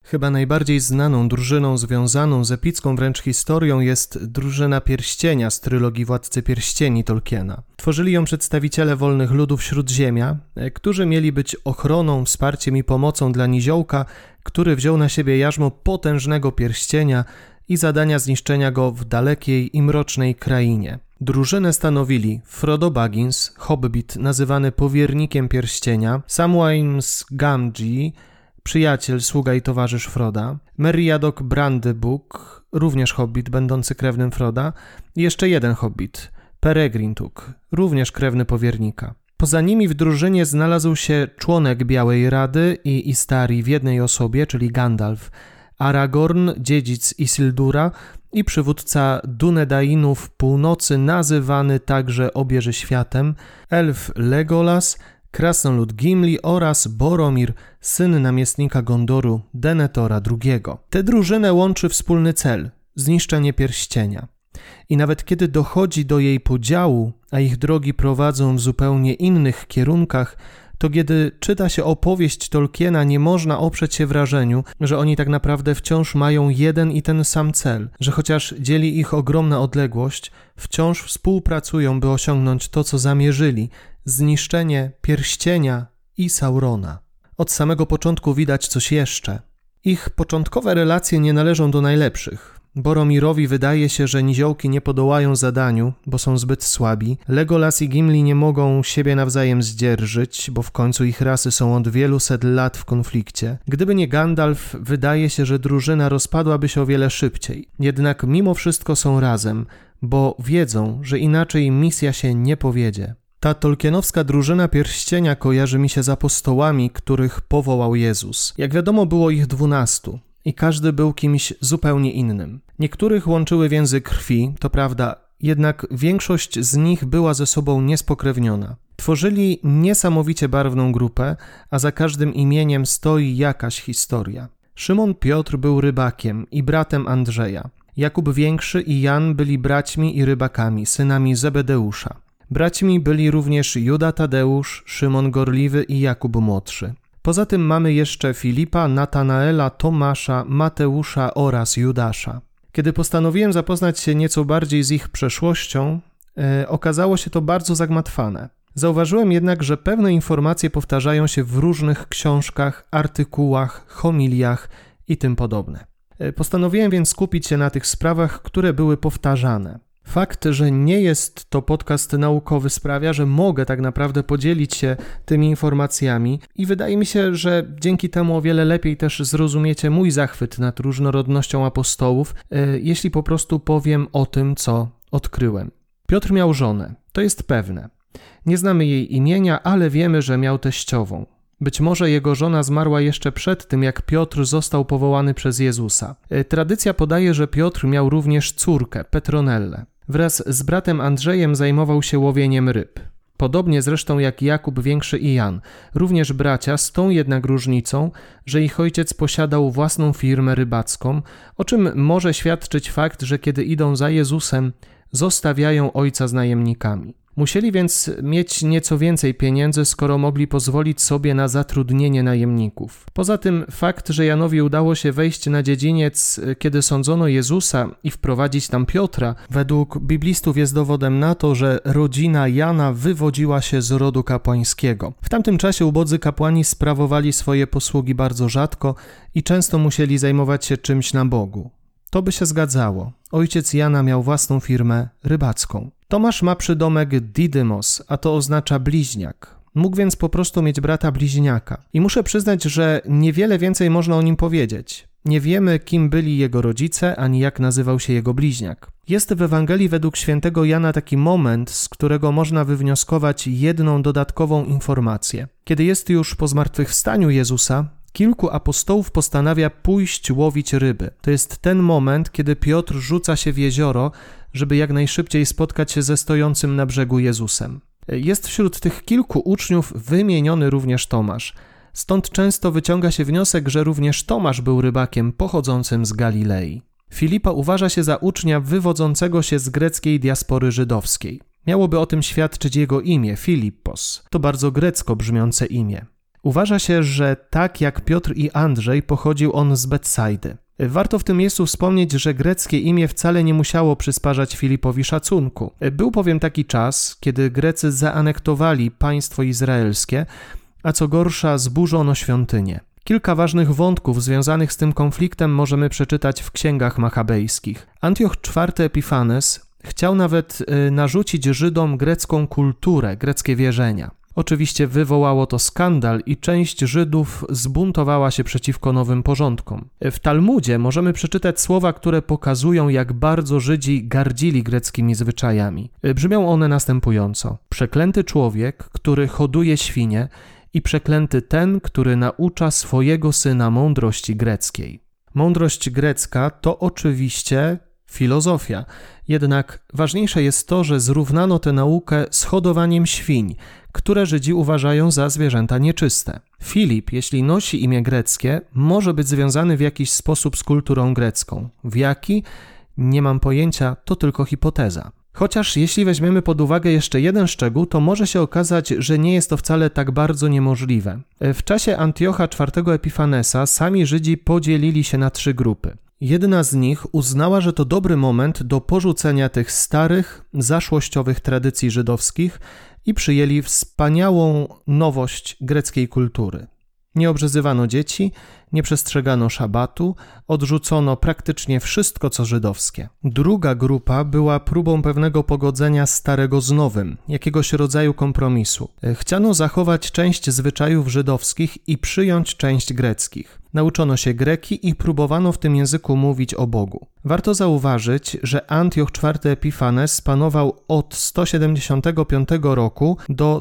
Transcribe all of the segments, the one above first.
Chyba najbardziej znaną drużyną związaną z epicką wręcz historią jest Drużyna Pierścienia z trylogii Władcy Pierścieni Tolkiena. Tworzyli ją przedstawiciele wolnych ludów Śródziemia, którzy mieli być ochroną, wsparciem i pomocą dla Niziołka, który wziął na siebie jarzmo potężnego pierścienia i zadania zniszczenia go w dalekiej i mrocznej krainie. Drużynę stanowili Frodo Baggins, hobbit nazywany powiernikiem pierścienia, Samwise Gamgee, przyjaciel, sługa i towarzysz Froda, Meriadoc Brandybuck, również hobbit będący krewnym Froda i jeszcze jeden hobbit, Peregrin Took, również krewny powiernika. Poza nimi w drużynie znalazł się członek Białej Rady i Istari w jednej osobie, czyli Gandalf, Aragorn, dziedzic Isildura i przywódca Dunedainów Północy, nazywany także Obieży Światem, elf Legolas, krasnolud Gimli oraz Boromir, syn namiestnika Gondoru Denethora II. Tę drużynę łączy wspólny cel – zniszczenie pierścienia. I nawet kiedy dochodzi do jej podziału, a ich drogi prowadzą w zupełnie innych kierunkach, to kiedy czyta się opowieść Tolkiena, nie można oprzeć się wrażeniu, że oni tak naprawdę wciąż mają jeden i ten sam cel, że chociaż dzieli ich ogromna odległość, wciąż współpracują, by osiągnąć to, co zamierzyli – zniszczenie pierścienia i Saurona. Od samego początku widać coś jeszcze. Ich początkowe relacje nie należą do najlepszych. Boromirowi wydaje się, że niziołki nie podołają zadaniu, bo są zbyt słabi. Legolas i Gimli nie mogą siebie nawzajem zdzierżyć, bo w końcu ich rasy są od wielu set lat w konflikcie. Gdyby nie Gandalf, wydaje się, że drużyna rozpadłaby się o wiele szybciej. Jednak mimo wszystko są razem, bo wiedzą, że inaczej misja się nie powiedzie. Ta tolkienowska drużyna pierścienia kojarzy mi się z apostołami, których powołał Jezus. Jak wiadomo, było ich 12 i każdy był kimś zupełnie innym. Niektórych łączyły więzy krwi, to prawda, jednak większość z nich była ze sobą niespokrewniona. Tworzyli niesamowicie barwną grupę, a za każdym imieniem stoi jakaś historia. Szymon Piotr był rybakiem i bratem Andrzeja. Jakub Większy i Jan byli braćmi i rybakami, synami Zebedeusza. Braćmi byli również Juda Tadeusz, Szymon Gorliwy i Jakub Młodszy. Poza tym mamy jeszcze Filipa, Natanaela, Tomasza, Mateusza oraz Judasza. Kiedy postanowiłem zapoznać się nieco bardziej z ich przeszłością, okazało się to bardzo zagmatwane. Zauważyłem jednak, że pewne informacje powtarzają się w różnych książkach, artykułach, homiliach i tym podobne. Postanowiłem więc skupić się na tych sprawach, które były powtarzane. Fakt, że nie jest to podcast naukowy, sprawia, że mogę tak naprawdę podzielić się tymi informacjami i wydaje mi się, że dzięki temu o wiele lepiej też zrozumiecie mój zachwyt nad różnorodnością apostołów, jeśli po prostu powiem o tym, co odkryłem. Piotr miał żonę, to jest pewne. Nie znamy jej imienia, ale wiemy, że miał teściową. Być może jego żona zmarła jeszcze przed tym, jak Piotr został powołany przez Jezusa. Tradycja podaje, że Piotr miał również córkę, Petronellę. Wraz z bratem Andrzejem zajmował się łowieniem ryb. Podobnie zresztą jak Jakub Większy i Jan, również bracia, z tą jednak różnicą, że ich ojciec posiadał własną firmę rybacką, o czym może świadczyć fakt, że kiedy idą za Jezusem, zostawiają ojca z najemnikami. Musieli więc mieć nieco więcej pieniędzy, skoro mogli pozwolić sobie na zatrudnienie najemników. Poza tym fakt, że Janowi udało się wejść na dziedziniec, kiedy sądzono Jezusa i wprowadzić tam Piotra, według biblistów jest dowodem na to, że rodzina Jana wywodziła się z rodu kapłańskiego. W tamtym czasie ubodzy kapłani sprawowali swoje posługi bardzo rzadko i często musieli zajmować się czymś na Bogu. To by się zgadzało. Ojciec Jana miał własną firmę rybacką. Tomasz ma przydomek Didymos, a to oznacza bliźniak. Mógł więc po prostu mieć brata bliźniaka. I muszę przyznać, że niewiele więcej można o nim powiedzieć. Nie wiemy, kim byli jego rodzice, ani jak nazywał się jego bliźniak. Jest w Ewangelii według świętego Jana taki moment, z którego można wywnioskować jedną dodatkową informację. Kiedy jest już po zmartwychwstaniu Jezusa, kilku apostołów postanawia pójść łowić ryby. To jest ten moment, kiedy Piotr rzuca się w jezioro, żeby jak najszybciej spotkać się ze stojącym na brzegu Jezusem. Jest wśród tych kilku uczniów wymieniony również Tomasz. Stąd często wyciąga się wniosek, że również Tomasz był rybakiem pochodzącym z Galilei. Filipa uważa się za ucznia wywodzącego się z greckiej diaspory żydowskiej. Miałoby o tym świadczyć jego imię, Filippos. To bardzo grecko brzmiące imię. Uważa się, że tak jak Piotr i Andrzej pochodził on z Betsajdy. Warto w tym miejscu wspomnieć, że greckie imię wcale nie musiało przysparzać Filipowi szacunku. Był bowiem taki czas, kiedy Grecy zaanektowali państwo izraelskie, a co gorsza zburzono świątynię. Kilka ważnych wątków związanych z tym konfliktem możemy przeczytać w księgach machabejskich. Antioch IV Epifanes chciał nawet narzucić Żydom grecką kulturę, greckie wierzenia. Oczywiście wywołało to skandal i część Żydów zbuntowała się przeciwko nowym porządkom. W Talmudzie możemy przeczytać słowa, które pokazują, jak bardzo Żydzi gardzili greckimi zwyczajami. Brzmią one następująco: przeklęty człowiek, który hoduje świnie, i przeklęty ten, który naucza swojego syna mądrości greckiej. Mądrość grecka to oczywiście filozofia, jednak ważniejsze jest to, że zrównano tę naukę z hodowaniem świń, które Żydzi uważają za zwierzęta nieczyste. Filip, jeśli nosi imię greckie, może być związany w jakiś sposób z kulturą grecką. W jaki? Nie mam pojęcia, to tylko hipoteza. Chociaż jeśli weźmiemy pod uwagę jeszcze jeden szczegół, to może się okazać, że nie jest to wcale tak bardzo niemożliwe. W czasie Antiocha IV Epifanesa sami Żydzi podzielili się na 3 grupy. Jedna z nich uznała, że to dobry moment do porzucenia tych starych, zaszłościowych tradycji żydowskich i przyjęli wspaniałą nowość greckiej kultury. Nie obrzezywano dzieci, nie przestrzegano szabatu, odrzucono praktycznie wszystko, co żydowskie. Druga grupa była próbą pewnego pogodzenia starego z nowym, jakiegoś rodzaju kompromisu. Chciano zachować część zwyczajów żydowskich i przyjąć część greckich. Nauczono się greki i próbowano w tym języku mówić o Bogu. Warto zauważyć, że Antioch IV Epifanes panował od 175 roku do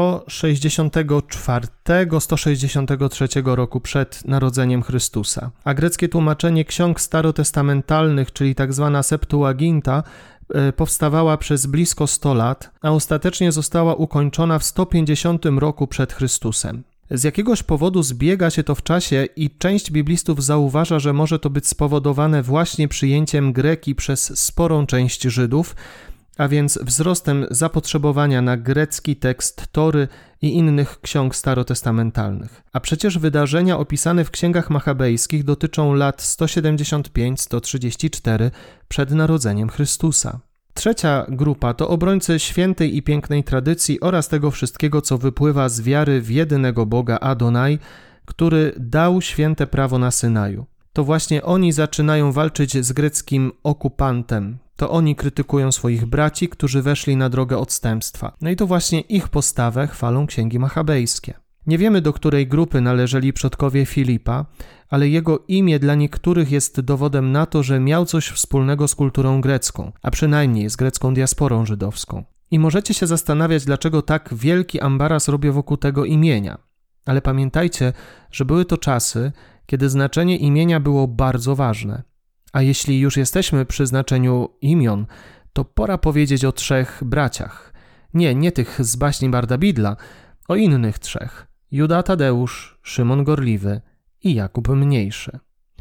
164-163 roku przed narodzeniem Chrystusa. A greckie tłumaczenie ksiąg starotestamentalnych, czyli tzw. Septuaginta, powstawała przez blisko 100 lat, a ostatecznie została ukończona w 150 roku przed Chrystusem. Z jakiegoś powodu zbiega się to w czasie i część biblistów zauważa, że może to być spowodowane właśnie przyjęciem greki przez sporą część Żydów, a więc wzrostem zapotrzebowania na grecki tekst Tory i innych ksiąg starotestamentalnych. A przecież wydarzenia opisane w księgach machabejskich dotyczą lat 175-134 przed narodzeniem Chrystusa. Trzecia grupa to obrońcy świętej i pięknej tradycji oraz tego wszystkiego, co wypływa z wiary w jedynego Boga Adonai, który dał święte prawo na Synaju. To właśnie oni zaczynają walczyć z greckim okupantem. To oni krytykują swoich braci, którzy weszli na drogę odstępstwa. No i to właśnie ich postawę chwalą księgi machabejskie. Nie wiemy, do której grupy należeli przodkowie Filipa, ale jego imię dla niektórych jest dowodem na to, że miał coś wspólnego z kulturą grecką, a przynajmniej z grecką diasporą żydowską. I możecie się zastanawiać, dlaczego tak wielki ambaras robię wokół tego imienia. Ale pamiętajcie, że były to czasy, kiedy znaczenie imienia było bardzo ważne. A jeśli już jesteśmy przy znaczeniu imion, to pora powiedzieć o 3 braciach. Nie tych z baśni Barda Bidla, o innych 3. Juda Tadeusz, Szymon Gorliwy i Jakub Mniejszy.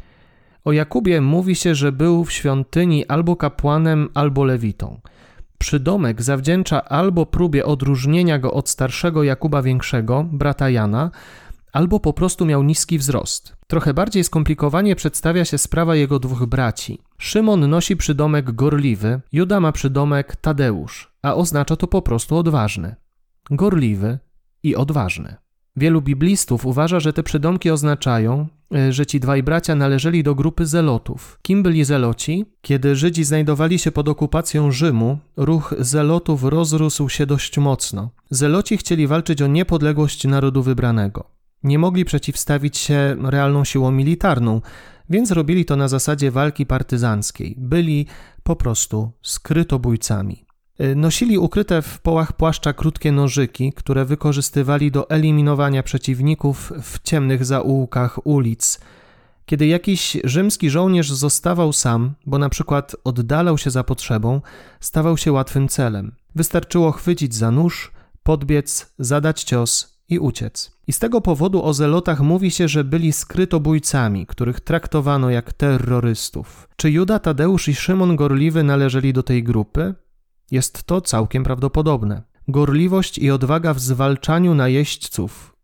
O Jakubie mówi się, że był w świątyni albo kapłanem, albo lewitą. Przydomek zawdzięcza albo próbie odróżnienia go od starszego Jakuba Większego, brata Jana, albo po prostu miał niski wzrost. Trochę bardziej skomplikowanie przedstawia się sprawa jego 2 braci. Szymon nosi przydomek Gorliwy, Juda ma przydomek Tadeusz, a oznacza to po prostu odważny. Gorliwy i odważny. Wielu biblistów uważa, że te przydomki oznaczają, że ci 2 bracia należeli do grupy zelotów. Kim byli zeloci? Kiedy Żydzi znajdowali się pod okupacją Rzymu, ruch zelotów rozrósł się dość mocno. Zeloci chcieli walczyć o niepodległość narodu wybranego. Nie mogli przeciwstawić się realną siłą militarną, więc robili to na zasadzie walki partyzanckiej. Byli po prostu skrytobójcami. Nosili ukryte w połach płaszcza krótkie nożyki, które wykorzystywali do eliminowania przeciwników w ciemnych zaułkach ulic. Kiedy jakiś rzymski żołnierz zostawał sam, bo na przykład oddalał się za potrzebą, stawał się łatwym celem. Wystarczyło chwycić za nóż, podbiec, zadać cios i uciec. I z tego powodu o zelotach mówi się, że byli skrytobójcami, których traktowano jak terrorystów. Czy Juda Tadeusz i Szymon Gorliwy należeli do tej grupy? Jest to całkiem prawdopodobne. Gorliwość i odwaga w zwalczaniu najeźdźców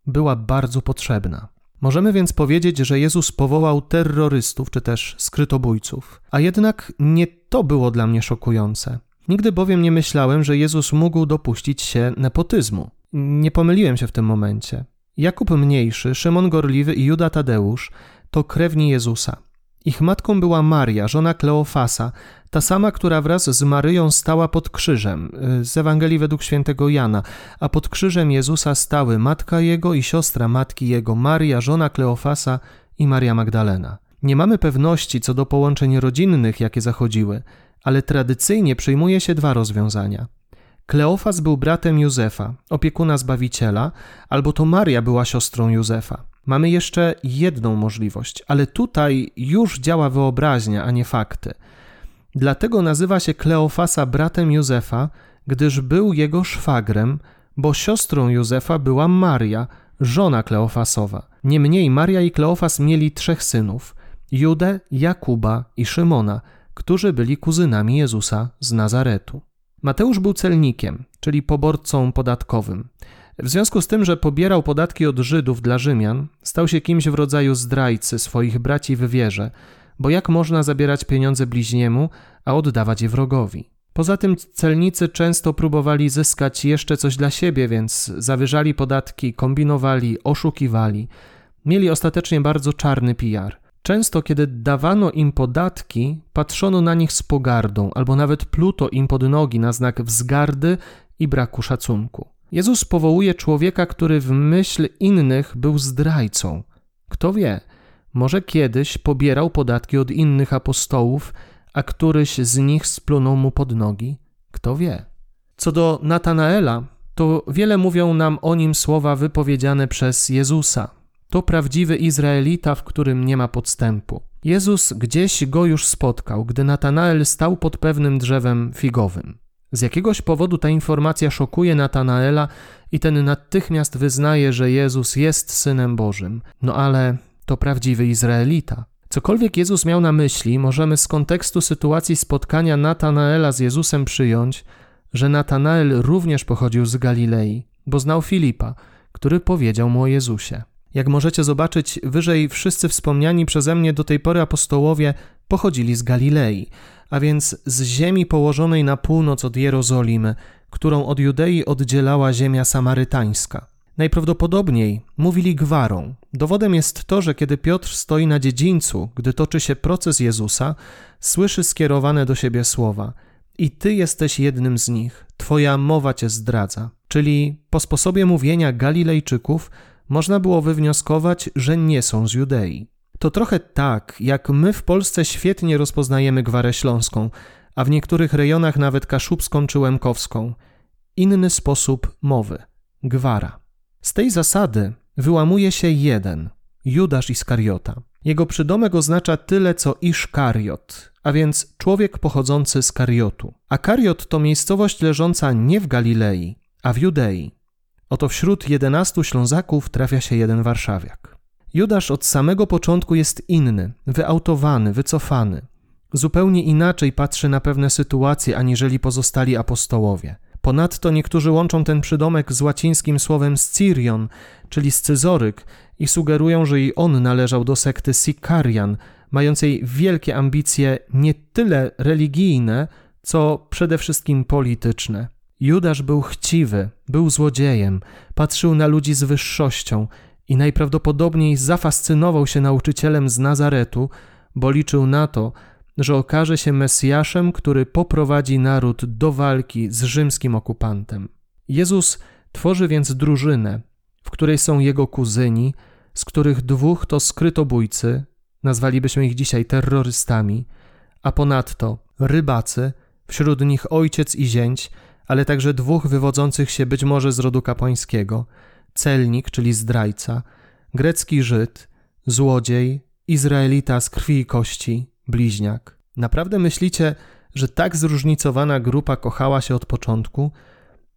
była bardzo potrzebna. Możemy więc powiedzieć, że Jezus powołał terrorystów czy też skrytobójców. A jednak nie to było dla mnie szokujące. Nigdy bowiem nie myślałem, że Jezus mógł dopuścić się nepotyzmu. Nie pomyliłem się w tym momencie. Jakub Mniejszy, Szymon Gorliwy i Juda Tadeusz to krewni Jezusa. Ich matką była Maria, żona Kleofasa, ta sama, która wraz z Maryją stała pod krzyżem, z Ewangelii według świętego Jana, a pod krzyżem Jezusa stały matka Jego i siostra matki Jego, Maria, żona Kleofasa i Maria Magdalena. Nie mamy pewności co do połączeń rodzinnych, jakie zachodziły, ale tradycyjnie przyjmuje się dwa rozwiązania. Kleofas był bratem Józefa, opiekuna Zbawiciela, albo to Maria była siostrą Józefa. Mamy jeszcze jedną możliwość, ale tutaj już działa wyobraźnia, a nie fakty. Dlatego nazywa się Kleofasa bratem Józefa, gdyż był jego szwagrem, bo siostrą Józefa była Maria, żona Kleofasowa. Niemniej Maria i Kleofas mieli 3 synów, Judę, Jakuba i Szymona, którzy byli kuzynami Jezusa z Nazaretu. Mateusz był celnikiem, czyli poborcą podatkowym. W związku z tym, że pobierał podatki od Żydów dla Rzymian, stał się kimś w rodzaju zdrajcy swoich braci w wierze, bo jak można zabierać pieniądze bliźniemu, a oddawać je wrogowi? Poza tym celnicy często próbowali zyskać jeszcze coś dla siebie, więc zawyżali podatki, kombinowali, oszukiwali. Mieli ostatecznie bardzo czarny PR. Często, kiedy dawano im podatki, patrzono na nich z pogardą, albo nawet pluto im pod nogi na znak wzgardy i braku szacunku. Jezus powołuje człowieka, który w myśl innych był zdrajcą. Kto wie, może kiedyś pobierał podatki od innych apostołów, a któryś z nich splunął mu pod nogi? Kto wie. Co do Natanaela, to wiele mówią nam o nim słowa wypowiedziane przez Jezusa. To prawdziwy Izraelita, w którym nie ma podstępu. Jezus gdzieś go już spotkał, gdy Natanael stał pod pewnym drzewem figowym. Z jakiegoś powodu ta informacja szokuje Natanaela i ten natychmiast wyznaje, że Jezus jest Synem Bożym. No ale to prawdziwy Izraelita. Cokolwiek Jezus miał na myśli, możemy z kontekstu sytuacji spotkania Natanaela z Jezusem przyjąć, że Natanael również pochodził z Galilei, bo znał Filipa, który powiedział mu o Jezusie. Jak możecie zobaczyć, wyżej wszyscy wspomniani przeze mnie do tej pory apostołowie pochodzili z Galilei, a więc z ziemi położonej na północ od Jerozolimy, którą od Judei oddzielała ziemia samarytańska. Najprawdopodobniej mówili gwarą. Dowodem jest to, że kiedy Piotr stoi na dziedzińcu, gdy toczy się proces Jezusa, słyszy skierowane do siebie słowa: i ty jesteś jednym z nich, twoja mowa cię zdradza. Czyli po sposobie mówienia Galilejczyków można było wywnioskować, że nie są z Judei. To trochę tak, jak my w Polsce świetnie rozpoznajemy gwarę śląską, a w niektórych rejonach nawet kaszubską czy łemkowską. Inny sposób mowy – gwara. Z tej zasady wyłamuje się jeden – Judasz Iskariota. Jego przydomek oznacza tyle co Iszkariot, a więc człowiek pochodzący z Kariotu. A Kariot to miejscowość leżąca nie w Galilei, a w Judei. Oto wśród 11 Ślązaków trafia się jeden warszawiak. Judasz od samego początku jest inny, wyautowany, wycofany. Zupełnie inaczej patrzy na pewne sytuacje, aniżeli pozostali apostołowie. Ponadto niektórzy łączą ten przydomek z łacińskim słowem Scirion, czyli scyzoryk, i sugerują, że i on należał do sekty Sicarian, mającej wielkie ambicje nie tyle religijne, co przede wszystkim polityczne. Judasz był chciwy, był złodziejem, patrzył na ludzi z wyższością i najprawdopodobniej zafascynował się nauczycielem z Nazaretu, bo liczył na to, że okaże się Mesjaszem, który poprowadzi naród do walki z rzymskim okupantem. Jezus tworzy więc drużynę, w której są jego kuzyni, z których 2 to skrytobójcy, nazwalibyśmy ich dzisiaj terrorystami, a ponadto rybacy, wśród nich ojciec i zięć, ale także 2 wywodzących się być może z rodu kapłańskiego, celnik, czyli zdrajca, grecki Żyd, złodziej, Izraelita z krwi i kości, bliźniak. Naprawdę myślicie, że tak zróżnicowana grupa kochała się od początku?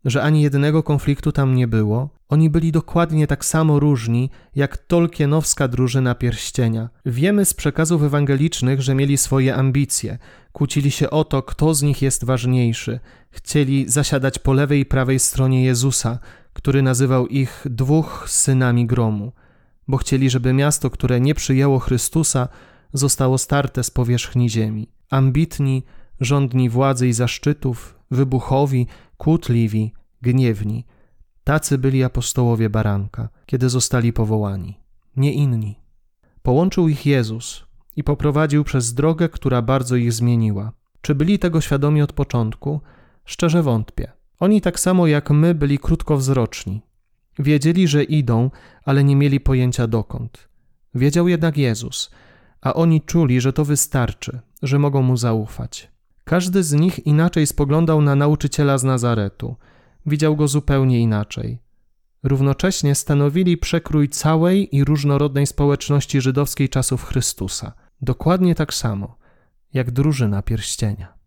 że ani jednego konfliktu tam nie było. Oni byli dokładnie tak samo różni, jak tolkienowska drużyna Pierścienia. Wiemy z przekazów ewangelicznych, że mieli swoje ambicje. Kłócili się o to, kto z nich jest ważniejszy. Chcieli zasiadać po lewej i prawej stronie Jezusa, który nazywał ich 2 synami gromu, bo chcieli, żeby miasto, które nie przyjęło Chrystusa, zostało starte z powierzchni ziemi. Ambitni, żądni władzy i zaszczytów, wybuchowi, kłótliwi, gniewni. Tacy byli apostołowie Baranka, kiedy zostali powołani, nie inni. Połączył ich Jezus i poprowadził przez drogę, która bardzo ich zmieniła. Czy byli tego świadomi od początku? Szczerze wątpię. Oni tak samo jak my byli krótkowzroczni. Wiedzieli, że idą, ale nie mieli pojęcia dokąd. Wiedział jednak Jezus, a oni czuli, że to wystarczy, że mogą Mu zaufać. Każdy z nich inaczej spoglądał na nauczyciela z Nazaretu. Widział go zupełnie inaczej. Równocześnie stanowili przekrój całej i różnorodnej społeczności żydowskiej czasów Chrystusa. Dokładnie tak samo, jak drużyna Pierścienia.